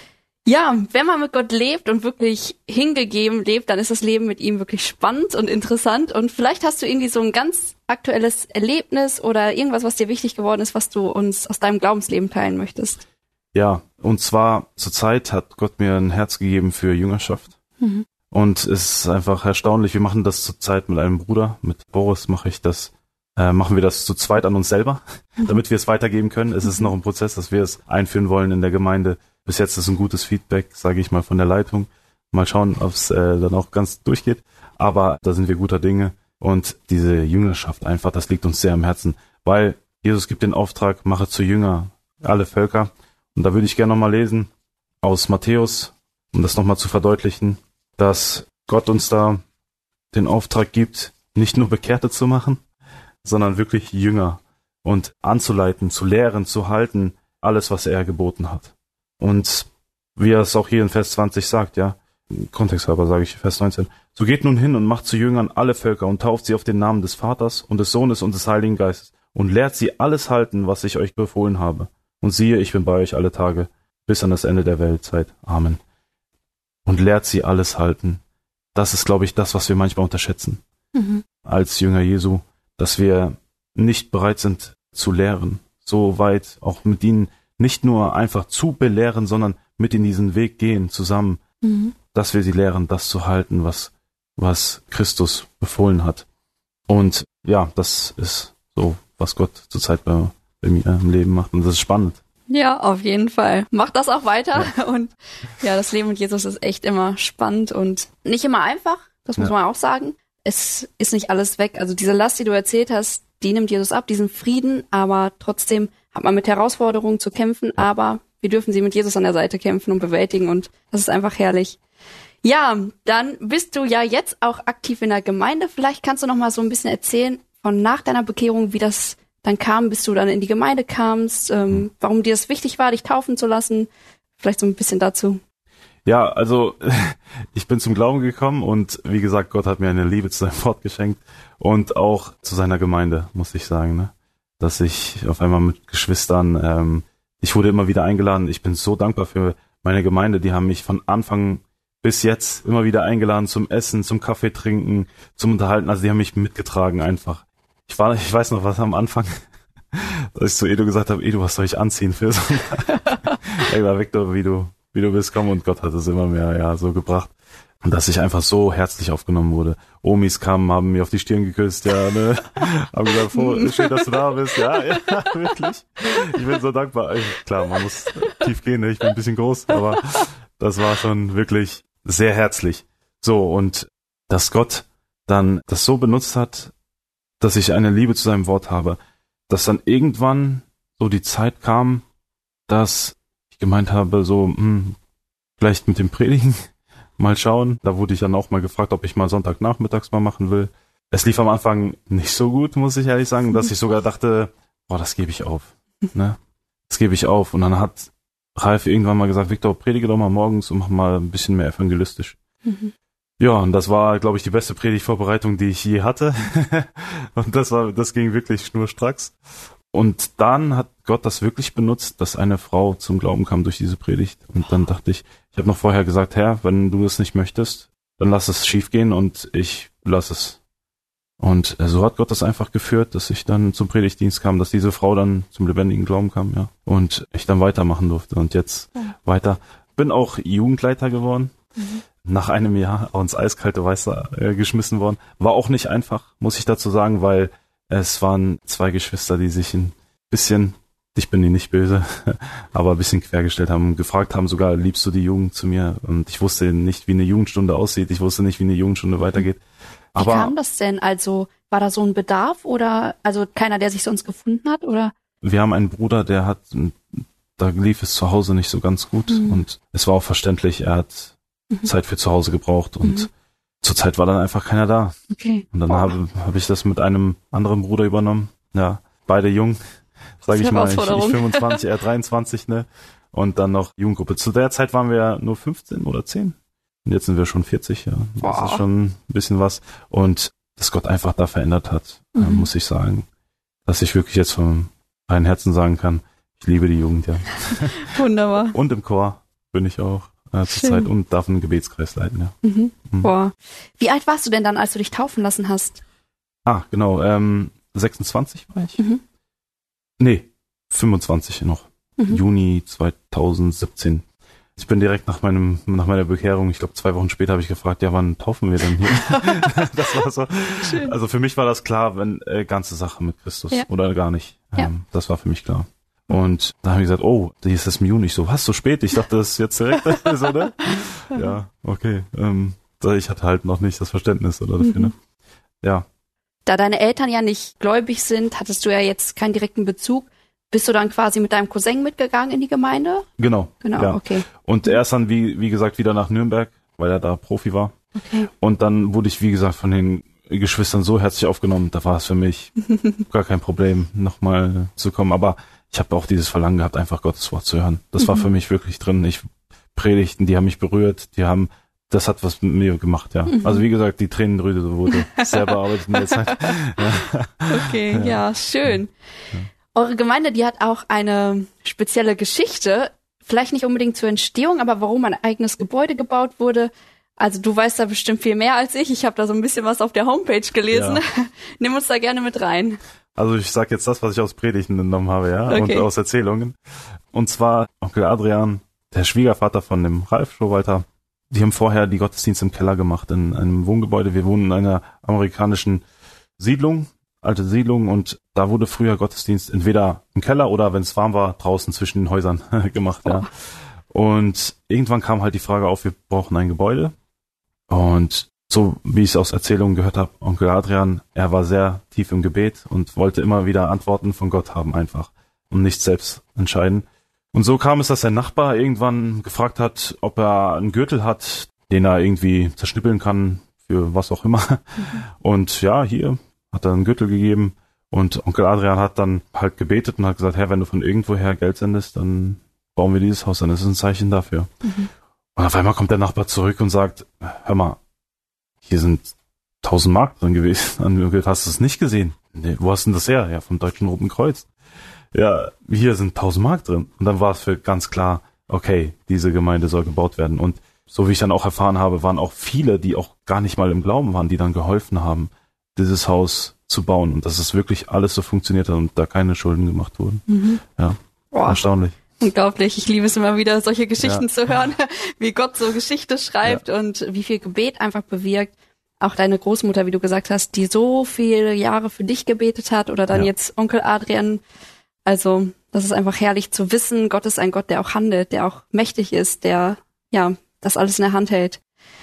Ja, wenn man mit Gott lebt und wirklich hingegeben lebt, dann ist das Leben mit ihm wirklich spannend und interessant. Und vielleicht hast du irgendwie so ein ganz aktuelles Erlebnis oder irgendwas, was dir wichtig geworden ist, was du uns aus deinem Glaubensleben teilen möchtest. Ja, und zwar zur Zeit hat Gott mir ein Herz gegeben für Jüngerschaft. Mhm. Und es ist einfach erstaunlich. Wir machen das zur Zeit mit einem Bruder, mit Boris mache ich das, äh, machen wir das zu zweit an uns selber, mhm. damit wir es weitergeben können. Es ist noch ein Prozess, dass wir es einführen wollen in der Gemeinde. Bis jetzt ist ein gutes Feedback, sage ich mal, von der Leitung. Mal schauen, ob es äh, dann auch ganz durchgeht. Aber da sind wir guter Dinge. Und diese Jüngerschaft einfach, das liegt uns sehr am Herzen. Weil Jesus gibt den Auftrag, mache zu Jünger alle Völker. Und da würde ich gerne nochmal lesen aus Matthäus, um das nochmal zu verdeutlichen, dass Gott uns da den Auftrag gibt, nicht nur Bekehrte zu machen, sondern wirklich Jünger und anzuleiten, zu lehren, zu halten, alles, was er geboten hat. Und wie er es auch hier in Vers zwanzig sagt, ja, kontexthalber sage ich Vers neunzehn, so geht nun hin und macht zu Jüngern alle Völker und tauft sie auf den Namen des Vaters und des Sohnes und des Heiligen Geistes und lehrt sie alles halten, was ich euch befohlen habe. Und siehe, ich bin bei euch alle Tage, bis an das Ende der Weltzeit. Amen. Und lehrt sie alles halten. Das ist, glaube ich, das, was wir manchmal unterschätzen. Mhm. Als Jünger Jesu, dass wir nicht bereit sind zu lehren. So weit auch mit ihnen nicht nur einfach zu belehren, sondern mit in diesen Weg gehen zusammen. Mhm. Dass wir sie lehren, das zu halten, was, was Christus befohlen hat. Und ja, das ist so, was Gott zurzeit bei bei mir im Leben macht. Und das ist spannend. Ja, auf jeden Fall. Mach das auch weiter. Ja. Und ja, das Leben mit Jesus ist echt immer spannend und nicht immer einfach. Das muss Ja. man auch sagen. Es ist nicht alles weg. Also diese Last, die du erzählt hast, die nimmt Jesus ab, diesen Frieden. Aber trotzdem hat man mit Herausforderungen zu kämpfen. Aber wir dürfen sie mit Jesus an der Seite kämpfen und bewältigen. Und das ist einfach herrlich. Ja, dann bist du ja jetzt auch aktiv in der Gemeinde. Vielleicht kannst du noch mal so ein bisschen erzählen von nach deiner Bekehrung, wie das dann kam, bis du dann in die Gemeinde kamst, ähm, warum dir es wichtig war, dich taufen zu lassen. Vielleicht so ein bisschen dazu. Ja, also ich bin zum Glauben gekommen und wie gesagt, Gott hat mir eine Liebe zu seinem Wort geschenkt und auch zu seiner Gemeinde, muss ich sagen, ne? Dass ich auf einmal mit Geschwistern, ähm, ich wurde immer wieder eingeladen. Ich bin so dankbar für meine Gemeinde. Die haben mich von Anfang bis jetzt immer wieder eingeladen zum Essen, zum Kaffee trinken, zum Unterhalten. Also die haben mich mitgetragen einfach. Ich war, ich weiß noch, was am Anfang, dass ich zu Edu gesagt habe, Edu, was soll ich anziehen für so ein ja, Victor, wie du, wie du bist, komm. Und Gott hat es immer mehr, ja, so gebracht. Und dass ich einfach so herzlich aufgenommen wurde. Omis kamen, haben mir auf die Stirn geküsst, ja, ne, haben gesagt, oh, schön, dass du da bist, ja, ja, wirklich. Ich bin so dankbar. Klar, man muss tief gehen, ne? Ich bin ein bisschen groß, aber das war schon wirklich sehr herzlich. So, und dass Gott dann das so benutzt hat, dass ich eine Liebe zu seinem Wort habe, dass dann irgendwann so die Zeit kam, dass ich gemeint habe, so, hm, vielleicht mit dem Predigen mal schauen. Da wurde ich dann auch mal gefragt, ob ich mal Sonntagnachmittags mal machen will. Es lief am Anfang nicht so gut, muss ich ehrlich sagen, dass ich sogar dachte, boah, das gebe ich auf, ne? Das gebe ich auf. Und dann hat Ralf irgendwann mal gesagt, Victor, predige doch mal morgens und mach mal ein bisschen mehr evangelistisch. Mhm. Ja, und das war, glaube ich, die beste Predigtvorbereitung, die ich je hatte. Und das war, das ging wirklich schnurstracks. Und dann hat Gott das wirklich benutzt, dass eine Frau zum Glauben kam durch diese Predigt. Und dann dachte ich, ich habe noch vorher gesagt, Herr, wenn du es nicht möchtest, dann lass es schief gehen und ich lass es. Und so hat Gott das einfach geführt, dass ich dann zum Predigtdienst kam, dass diese Frau dann zum lebendigen Glauben kam, ja. Und ich dann weitermachen durfte und jetzt ja. weiter. Bin auch Jugendleiter geworden. Mhm. Nach einem Jahr ins eiskalte Wasser äh, geschmissen worden. War auch nicht einfach, muss ich dazu sagen, weil es waren zwei Geschwister, die sich ein bisschen, ich bin ihnen nicht böse, aber ein bisschen quergestellt haben, gefragt haben sogar, liebst du die Jugend zu mir? Und ich wusste nicht, wie eine Jugendstunde aussieht. Ich wusste nicht, wie eine Jugendstunde weitergeht. Aber wie kam das denn? Also war da so ein Bedarf oder also keiner, der sich sonst gefunden hat? Oder? Wir haben einen Bruder, der hat, da lief es zu Hause nicht so ganz gut mhm. und es war auch verständlich, er hat Zeit für zu Hause gebraucht und mhm. zur Zeit war dann einfach keiner da. Okay. Und dann habe hab ich das mit einem anderen Bruder übernommen. Ja, beide jung, sage ich mal. Ich, ich fünfundzwanzig, er dreiundzwanzig, ne? Und dann noch Jugendgruppe. Zu der Zeit waren wir nur fünfzehn oder zehn. Und jetzt sind wir schon vierzig, ja. Das wow. ist schon ein bisschen was. Und dass Gott einfach da verändert hat, mhm. äh, muss ich sagen. Dass ich wirklich jetzt von reinem Herzen sagen kann, ich liebe die Jugend, ja. Wunderbar. Und im Chor bin ich auch. Zur Zeit und darf einen Gebetskreis leiten, ja. Mhm. Mhm. Boah. Wie alt warst du denn dann, als du dich taufen lassen hast? Ah, genau, ähm, sechsundzwanzig war ich. Mhm. Nee, fünfundzwanzig noch. Mhm. Juni zweitausendsiebzehn. Ich bin direkt nach meinem, nach meiner Bekehrung, ich glaube zwei Wochen später habe ich gefragt, ja, wann taufen wir denn hier? Das war so. Schön. Also für mich war das klar, wenn, äh, ganze Sache mit Christus ja. oder gar nicht. Ähm, ja. Das war für mich klar. Und da habe ich gesagt, oh, die ist das im Juni. Ich so, was, so spät? Ich dachte, das ist jetzt direkt so, ne? Ja, okay. Ähm, ich hatte halt noch nicht das Verständnis oder dafür, ne? Ja. Da deine Eltern ja nicht gläubig sind, hattest du ja jetzt keinen direkten Bezug. Bist du dann quasi mit deinem Cousin mitgegangen in die Gemeinde? Genau. Genau, ja. okay. Und er ist dann, wie, wie gesagt, wieder nach Nürnberg, weil er da Profi war. Okay. Und dann wurde ich, wie gesagt, von den Geschwistern so herzlich aufgenommen. Da war es für mich gar kein Problem, nochmal zu kommen. Aber ich habe auch dieses Verlangen gehabt, einfach Gottes Wort zu hören. Das mhm. war für mich wirklich drin. Ich Predigten, die haben mich berührt, die haben, das hat was mit mir gemacht, ja. Mhm. Also wie gesagt, die Tränendrüse wurde sehr bearbeitet in der Zeit. Ja. Okay, ja, ja schön. Ja. Eure Gemeinde, die hat auch eine spezielle Geschichte, vielleicht nicht unbedingt zur Entstehung, aber warum ein eigenes Gebäude gebaut wurde. Also du weißt da bestimmt viel mehr als ich. Ich habe da so ein bisschen was auf der Homepage gelesen. Ja. Nimm uns da gerne mit rein. Also ich sage jetzt das, was ich aus Predigten entnommen habe, ja, okay. und aus Erzählungen. Und zwar Onkel Adrian, der Schwiegervater von dem Ralf Schowalter, die haben vorher die Gottesdienste im Keller gemacht in einem Wohngebäude. Wir wohnen in einer amerikanischen Siedlung, alte Siedlung und da wurde früher Gottesdienst entweder im Keller oder, wenn es warm war, draußen zwischen den Häusern gemacht. Ja. Und irgendwann kam halt die Frage auf, wir brauchen ein Gebäude. Und so wie ich es aus Erzählungen gehört habe, Onkel Adrian, er war sehr tief im Gebet und wollte immer wieder Antworten von Gott haben einfach und nicht selbst entscheiden. Und so kam es, dass sein Nachbar irgendwann gefragt hat, ob er einen Gürtel hat, den er irgendwie zerschnippeln kann für was auch immer. Mhm. Und ja, hier hat er einen Gürtel gegeben und Onkel Adrian hat dann halt gebetet und hat gesagt, Herr, wenn du von irgendwoher Geld sendest, dann bauen wir dieses Haus, dann ist es ein Zeichen dafür. Mhm. Und auf einmal kommt der Nachbar zurück und sagt, hör mal, hier sind tausend Mark drin gewesen. Hast du es nicht gesehen? Nee, wo hast du denn das her? Ja, vom Deutschen Roten Kreuz. Ja, hier sind tausend Mark drin. Und dann war es für ganz klar, okay, diese Gemeinde soll gebaut werden. Und so wie ich dann auch erfahren habe, waren auch viele, die auch gar nicht mal im Glauben waren, die dann geholfen haben, dieses Haus zu bauen. Und dass es wirklich alles so funktioniert hat und da keine Schulden gemacht wurden. Mhm. Ja, Boah. Erstaunlich. Unglaublich. Ich liebe es immer wieder, solche Geschichten ja. zu hören, wie Gott so Geschichte schreibt ja. und wie viel Gebet einfach bewirkt. Auch deine Großmutter, wie du gesagt hast, die so viele Jahre für dich gebetet hat oder dann ja. jetzt Onkel Adrian. Also, das ist einfach herrlich zu wissen. Gott ist ein Gott, der auch handelt, der auch mächtig ist, der, ja, das alles in der Hand hält.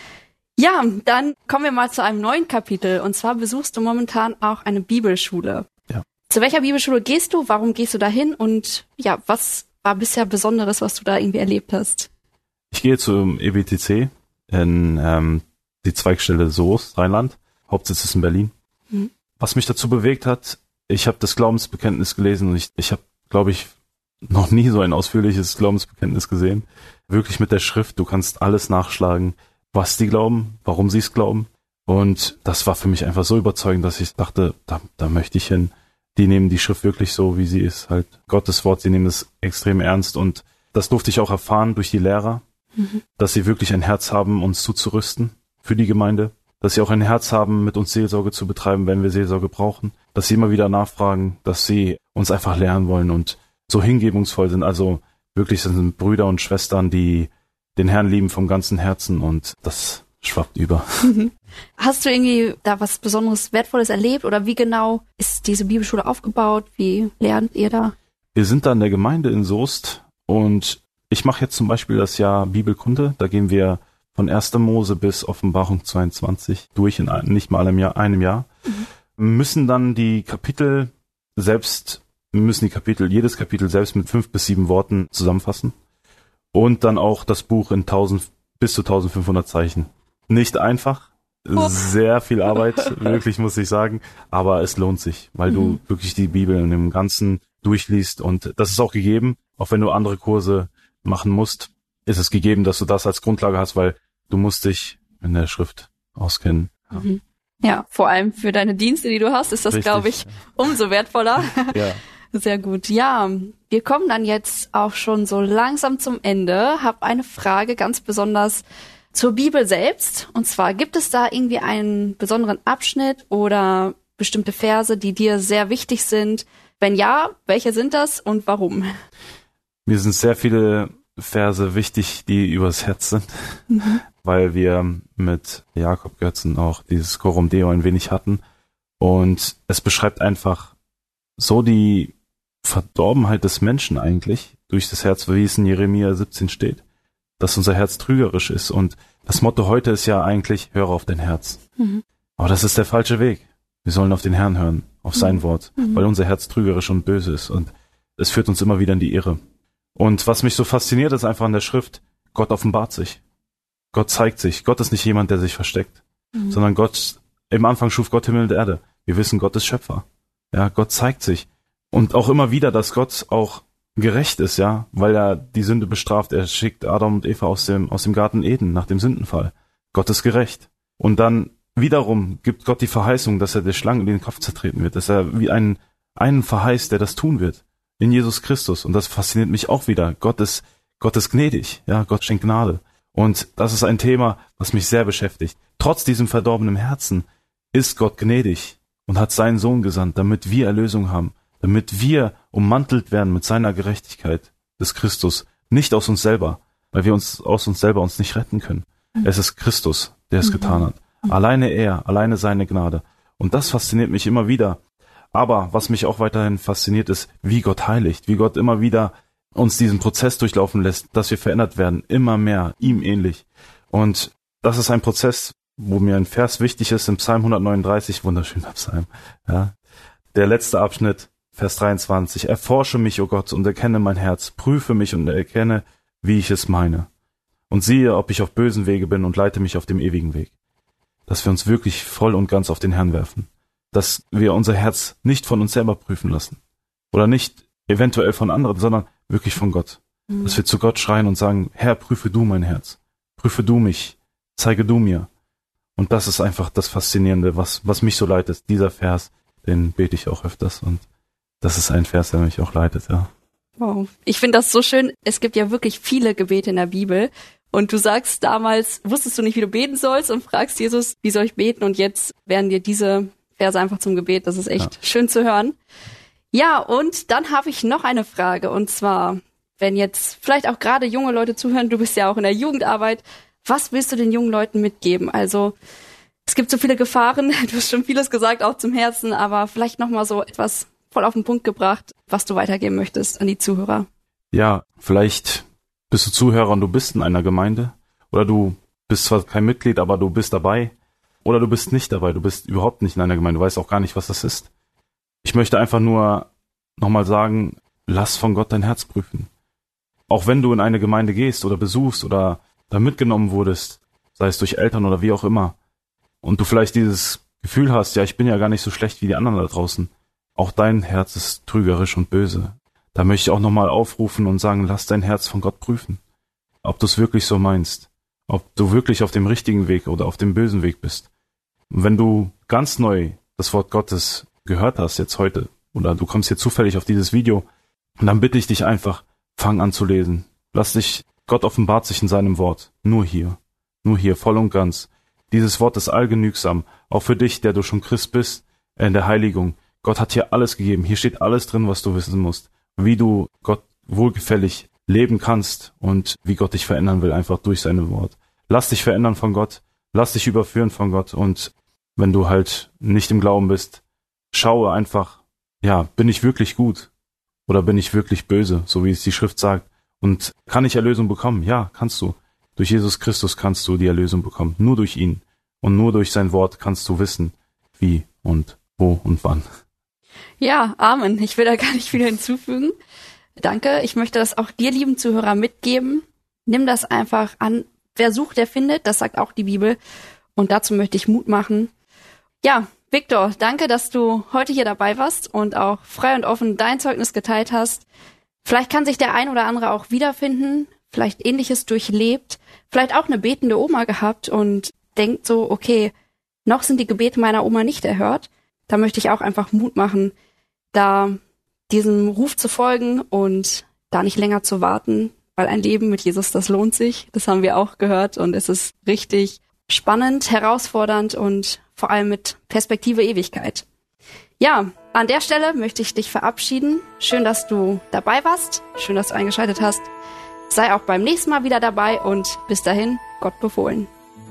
Ja, dann kommen wir mal zu einem neuen Kapitel. Und zwar besuchst du momentan auch eine Bibelschule. Ja. Zu welcher Bibelschule gehst du? Warum gehst du dahin? Und ja, was war bisher Besonderes, was du da irgendwie erlebt hast? Ich gehe zum E B T C in ähm, die Zweigstelle Soest, Rheinland. Hauptsitz ist in Berlin. Mhm. Was mich dazu bewegt hat, ich habe das Glaubensbekenntnis gelesen und ich, ich habe, glaube ich, noch nie so ein ausführliches Glaubensbekenntnis gesehen. Wirklich mit der Schrift, du kannst alles nachschlagen, was die glauben, warum sie es glauben. Und das war für mich einfach so überzeugend, dass ich dachte, da, da möchte ich hin. Die nehmen die Schrift wirklich so, wie sie ist, halt Gottes Wort, sie nehmen es extrem ernst und das durfte ich auch erfahren durch die Lehrer, mhm. dass sie wirklich ein Herz haben, uns zuzurüsten für die Gemeinde, dass sie auch ein Herz haben, mit uns Seelsorge zu betreiben, wenn wir Seelsorge brauchen, dass sie immer wieder nachfragen, dass sie uns einfach lernen wollen und so hingebungsvoll sind, also wirklich sind Brüder und Schwestern, die den Herrn lieben vom ganzen Herzen und das schwappt über. Mhm. Hast du irgendwie da was Besonderes, Wertvolles erlebt oder wie genau ist diese Bibelschule aufgebaut? Wie lernt ihr da? Wir sind da in der Gemeinde in Soest und ich mache jetzt zum Beispiel das Jahr Bibelkunde. Da gehen wir von erster Mose bis Offenbarung zweiundzwanzig durch in ein, nicht mal einem Jahr. Einem Jahr. Mhm. Müssen dann die Kapitel selbst, müssen die Kapitel, jedes Kapitel selbst mit fünf bis sieben Worten zusammenfassen und dann auch das Buch in tausend bis zu eintausendfünfhundert Zeichen. Nicht einfach. Sehr viel Arbeit, wirklich, muss ich sagen. Aber es lohnt sich, weil mhm. du wirklich die Bibel in dem Ganzen durchliest. Und das ist auch gegeben, auch wenn du andere Kurse machen musst, ist es gegeben, dass du das als Grundlage hast, weil du musst dich in der Schrift auskennen. Ja, mhm. ja vor allem für deine Dienste, die du hast, ist das, glaube ich, umso wertvoller. Ja. Sehr gut. Ja, wir kommen dann jetzt auch schon so langsam zum Ende. Hab eine Frage ganz besonders zur Bibel selbst. Und zwar, gibt es da irgendwie einen besonderen Abschnitt oder bestimmte Verse, die dir sehr wichtig sind? Wenn ja, welche sind das und warum? Mir sind sehr viele Verse wichtig, die übers Herz sind, mhm. weil wir mit Jakob Götzen auch dieses Coram Deo ein wenig hatten. Und es beschreibt einfach so die Verdorbenheit des Menschen eigentlich durch das Herz, wie es in Jeremia siebzehn steht, dass unser Herz trügerisch ist. Und das Motto heute ist ja eigentlich, höre auf dein Herz. Mhm. Aber das ist der falsche Weg. Wir sollen auf den Herrn hören, auf sein mhm. Wort, mhm. weil unser Herz trügerisch und böse ist. Und es führt uns immer wieder in die Irre. Und was mich so fasziniert, ist einfach an der Schrift, Gott offenbart sich. Gott zeigt sich. Gott ist nicht jemand, der sich versteckt, mhm. sondern Gott, im Anfang schuf Gott Himmel und Erde. Wir wissen, Gott ist Schöpfer. Ja, Gott zeigt sich. Und auch immer wieder, dass Gott auch gerecht ist, ja, weil er die Sünde bestraft. Er schickt Adam und Eva aus dem, aus dem Garten Eden nach dem Sündenfall. Gott ist gerecht. Und dann wiederum gibt Gott die Verheißung, dass er der Schlange in den Kopf zertreten wird, dass er wie einen, einen verheißt, der das tun wird. In Jesus Christus. Und das fasziniert mich auch wieder. Gott ist, Gott ist gnädig. Ja, Gott schenkt Gnade. Und das ist ein Thema, was mich sehr beschäftigt. Trotz diesem verdorbenen Herzen ist Gott gnädig und hat seinen Sohn gesandt, damit wir Erlösung haben, damit wir ummantelt werden mit seiner Gerechtigkeit des Christus, nicht aus uns selber, weil wir uns aus uns selber uns nicht retten können. Mhm. Es ist Christus, der es mhm. getan hat. Mhm. Alleine er, alleine seine Gnade. Und das fasziniert mich immer wieder, Aber was mich auch weiterhin fasziniert ist, wie Gott heiligt, wie Gott immer wieder uns diesen Prozess durchlaufen lässt, dass wir verändert werden, immer mehr, ihm ähnlich. Und das ist ein Prozess, wo mir ein Vers wichtig ist, im Psalm hundertneununddreißig, wunderschöner Psalm, ja. Der letzte Abschnitt, Vers dreiundzwanzig, erforsche mich, o Gott, und erkenne mein Herz, prüfe mich und erkenne, wie ich es meine. Und siehe, ob ich auf bösen Wege bin und leite mich auf dem ewigen Weg. Dass wir uns wirklich voll und ganz auf den Herrn werfen. Dass wir unser Herz nicht von uns selber prüfen lassen. Oder nicht eventuell von anderen, sondern wirklich von Gott. Mhm. Dass wir zu Gott schreien und sagen, Herr, prüfe du mein Herz. Prüfe du mich. Zeige du mir. Und das ist einfach das Faszinierende, was, was mich so leitet. Dieser Vers, den bete ich auch öfters. Und das ist ein Vers, der mich auch leitet, ja. Wow. Ich finde das so schön. Es gibt ja wirklich viele Gebete in der Bibel. Und du sagst damals, wusstest du nicht, wie du beten sollst und fragst Jesus, wie soll ich beten? Und jetzt werden dir diese Verse einfach zum Gebet. Das ist echt ja. schön zu hören. Ja, und dann habe ich noch eine Frage. Und zwar, wenn jetzt vielleicht auch gerade junge Leute zuhören, du bist ja auch in der Jugendarbeit, was willst du den jungen Leuten mitgeben? Also es gibt so viele Gefahren, du hast schon vieles gesagt, auch zum Herzen, aber vielleicht nochmal so etwas voll auf den Punkt gebracht, was du weitergeben möchtest an die Zuhörer. Ja, vielleicht bist du Zuhörer und du bist in einer Gemeinde oder du bist zwar kein Mitglied, aber du bist dabei oder du bist nicht dabei, du bist überhaupt nicht in einer Gemeinde, du weißt auch gar nicht, was das ist. Ich möchte einfach nur nochmal sagen, lass von Gott dein Herz prüfen. Auch wenn du in eine Gemeinde gehst oder besuchst oder da mitgenommen wurdest, sei es durch Eltern oder wie auch immer, und du vielleicht dieses Gefühl hast, ja, ich bin ja gar nicht so schlecht wie die anderen da draußen, auch dein Herz ist trügerisch und böse. Da möchte ich auch nochmal aufrufen und sagen, lass dein Herz von Gott prüfen. Ob du es wirklich so meinst. Ob du wirklich auf dem richtigen Weg oder auf dem bösen Weg bist. Und wenn du ganz neu das Wort Gottes gehört hast jetzt heute, oder du kommst hier zufällig auf dieses Video, dann bitte ich dich einfach, fang an zu lesen. Lass dich, Gott offenbart sich in seinem Wort. Nur hier. Nur hier, voll und ganz. Dieses Wort ist allgenügsam. Auch für dich, der du schon Christ bist, in der Heiligung. Gott hat hier alles gegeben. Hier steht alles drin, was du wissen musst. Wie du Gott wohlgefällig leben kannst und wie Gott dich verändern will, einfach durch sein Wort. Lass dich verändern von Gott. Lass dich überführen von Gott. Und wenn du halt nicht im Glauben bist, schaue einfach, ja, bin ich wirklich gut? Oder bin ich wirklich böse, so wie es die Schrift sagt? Und kann ich Erlösung bekommen? Ja, kannst du. Durch Jesus Christus kannst du die Erlösung bekommen. Nur durch ihn. Und nur durch sein Wort kannst du wissen, wie und wo und wann. Ja, Amen. Ich will da gar nicht viel hinzufügen. Danke. Ich möchte das auch dir, lieben Zuhörer, mitgeben. Nimm das einfach an. Wer sucht, der findet. Das sagt auch die Bibel. Und dazu möchte ich Mut machen. Ja, Viktor, danke, dass du heute hier dabei warst und auch frei und offen dein Zeugnis geteilt hast. Vielleicht kann sich der ein oder andere auch wiederfinden, vielleicht Ähnliches durchlebt, vielleicht auch eine betende Oma gehabt und denkt so, okay, noch sind die Gebete meiner Oma nicht erhört. Da möchte ich auch einfach Mut machen, da diesem Ruf zu folgen und da nicht länger zu warten, weil ein Leben mit Jesus, das lohnt sich. Das haben wir auch gehört und es ist richtig spannend, herausfordernd und vor allem mit Perspektive Ewigkeit. Ja, an der Stelle möchte ich dich verabschieden. Schön, dass du dabei warst. Schön, dass du eingeschaltet hast. Sei auch beim nächsten Mal wieder dabei und bis dahin, Gott befohlen.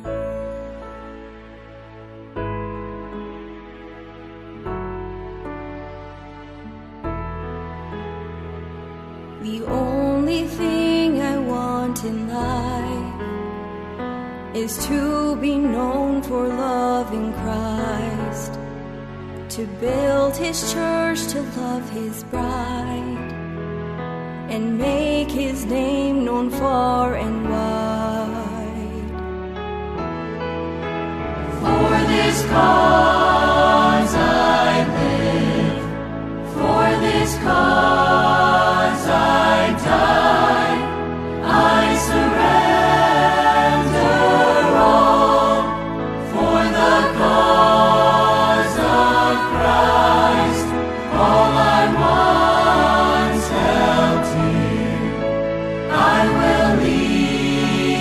The only thing I want in life is to be known for loving Christ, to build his church, to love his bride, and make his name known far and wide. For this cause I live, for this cause I die, I surrender. I will leave.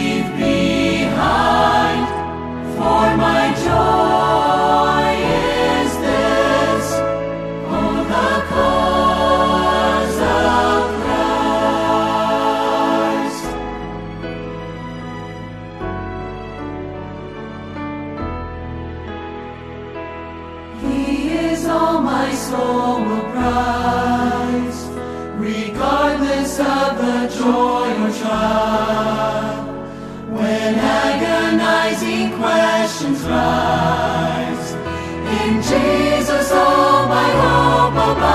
soul will prize, regardless of the joy or trial. When agonizing questions rise, in Jesus all my hope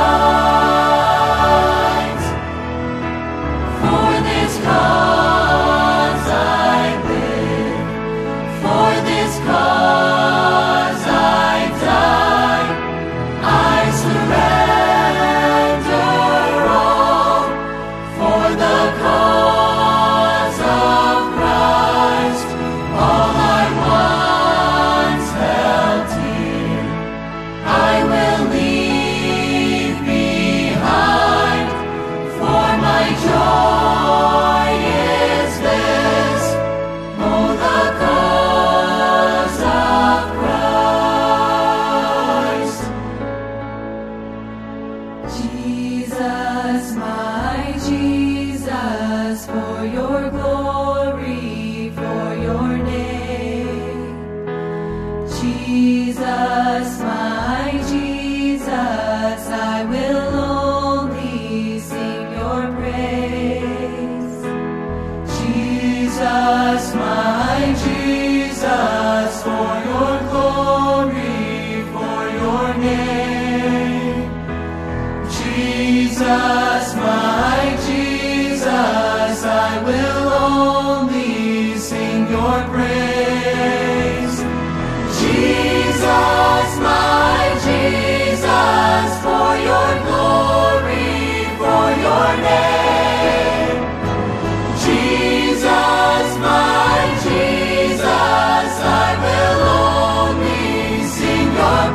abides. For this cause I live, for this cause I die. I surrender all for the cause of Christ. All I once held dear, I will leave behind. For my joy is this, oh, the cause of Christ. Jesus, my Jesus, for your glory, for your name. Jesus, my Jesus, I will only sing your praise. Jesus, my Jesus, for your glory, for your name. Jesus, my Jesus, I will only sing your praise. Jesus, my Jesus, for your glory, for your name. Jesus, my Jesus, I will only sing your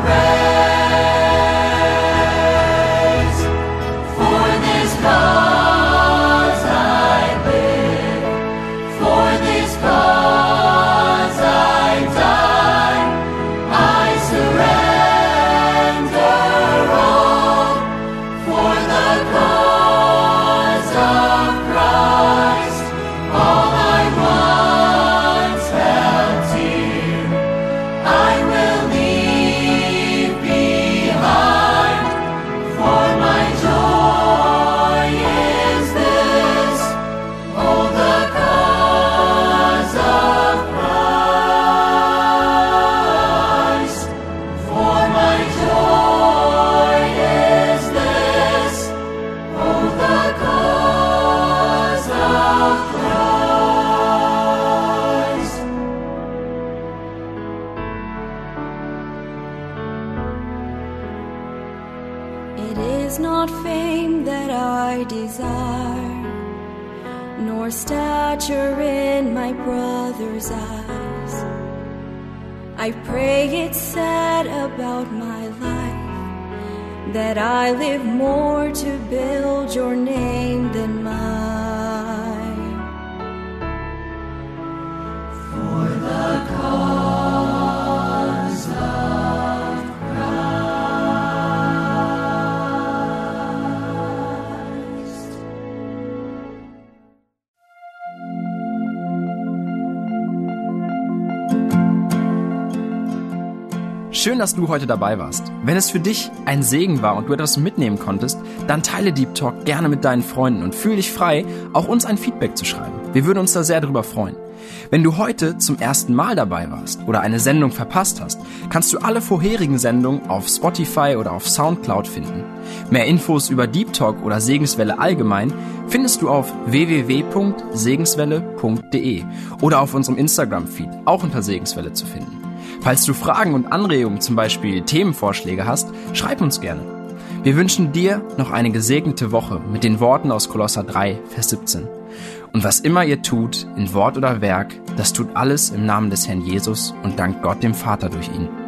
praise. For this cause I live, for this cause I die. I surrender all for the cause of Christ. All I once held dear, I will leave behind. For my joy is this, oh, the cause of Christ. For my joy is this, oh, the cause of Christ. It is not fame that I desire, nor stature in my brother's eyes. I pray it's said about my life that I live more to build your name than mine. For the cause of Christ. Schön, dass du heute dabei warst. Wenn es für dich ein Segen war und du etwas mitnehmen konntest, dann teile Deep Talk gerne mit deinen Freunden und fühl dich frei, auch uns ein Feedback zu schreiben. Wir würden uns da sehr darüber freuen. Wenn du heute zum ersten Mal dabei warst oder eine Sendung verpasst hast, kannst du alle vorherigen Sendungen auf Spotify oder auf Soundcloud finden. Mehr Infos über Deep Talk oder Segenswelle allgemein findest du auf w w w punkt segenswelle punkt d e oder auf unserem Instagram-Feed, auch unter Segenswelle zu finden. Falls du Fragen und Anregungen, zum Beispiel Themenvorschläge hast, schreib uns gerne. Wir wünschen dir noch eine gesegnete Woche mit den Worten aus Kolosser drei, Vers siebzehn. Und was immer ihr tut, in Wort oder Werk, das tut alles im Namen des Herrn Jesus und dankt Gott dem Vater durch ihn.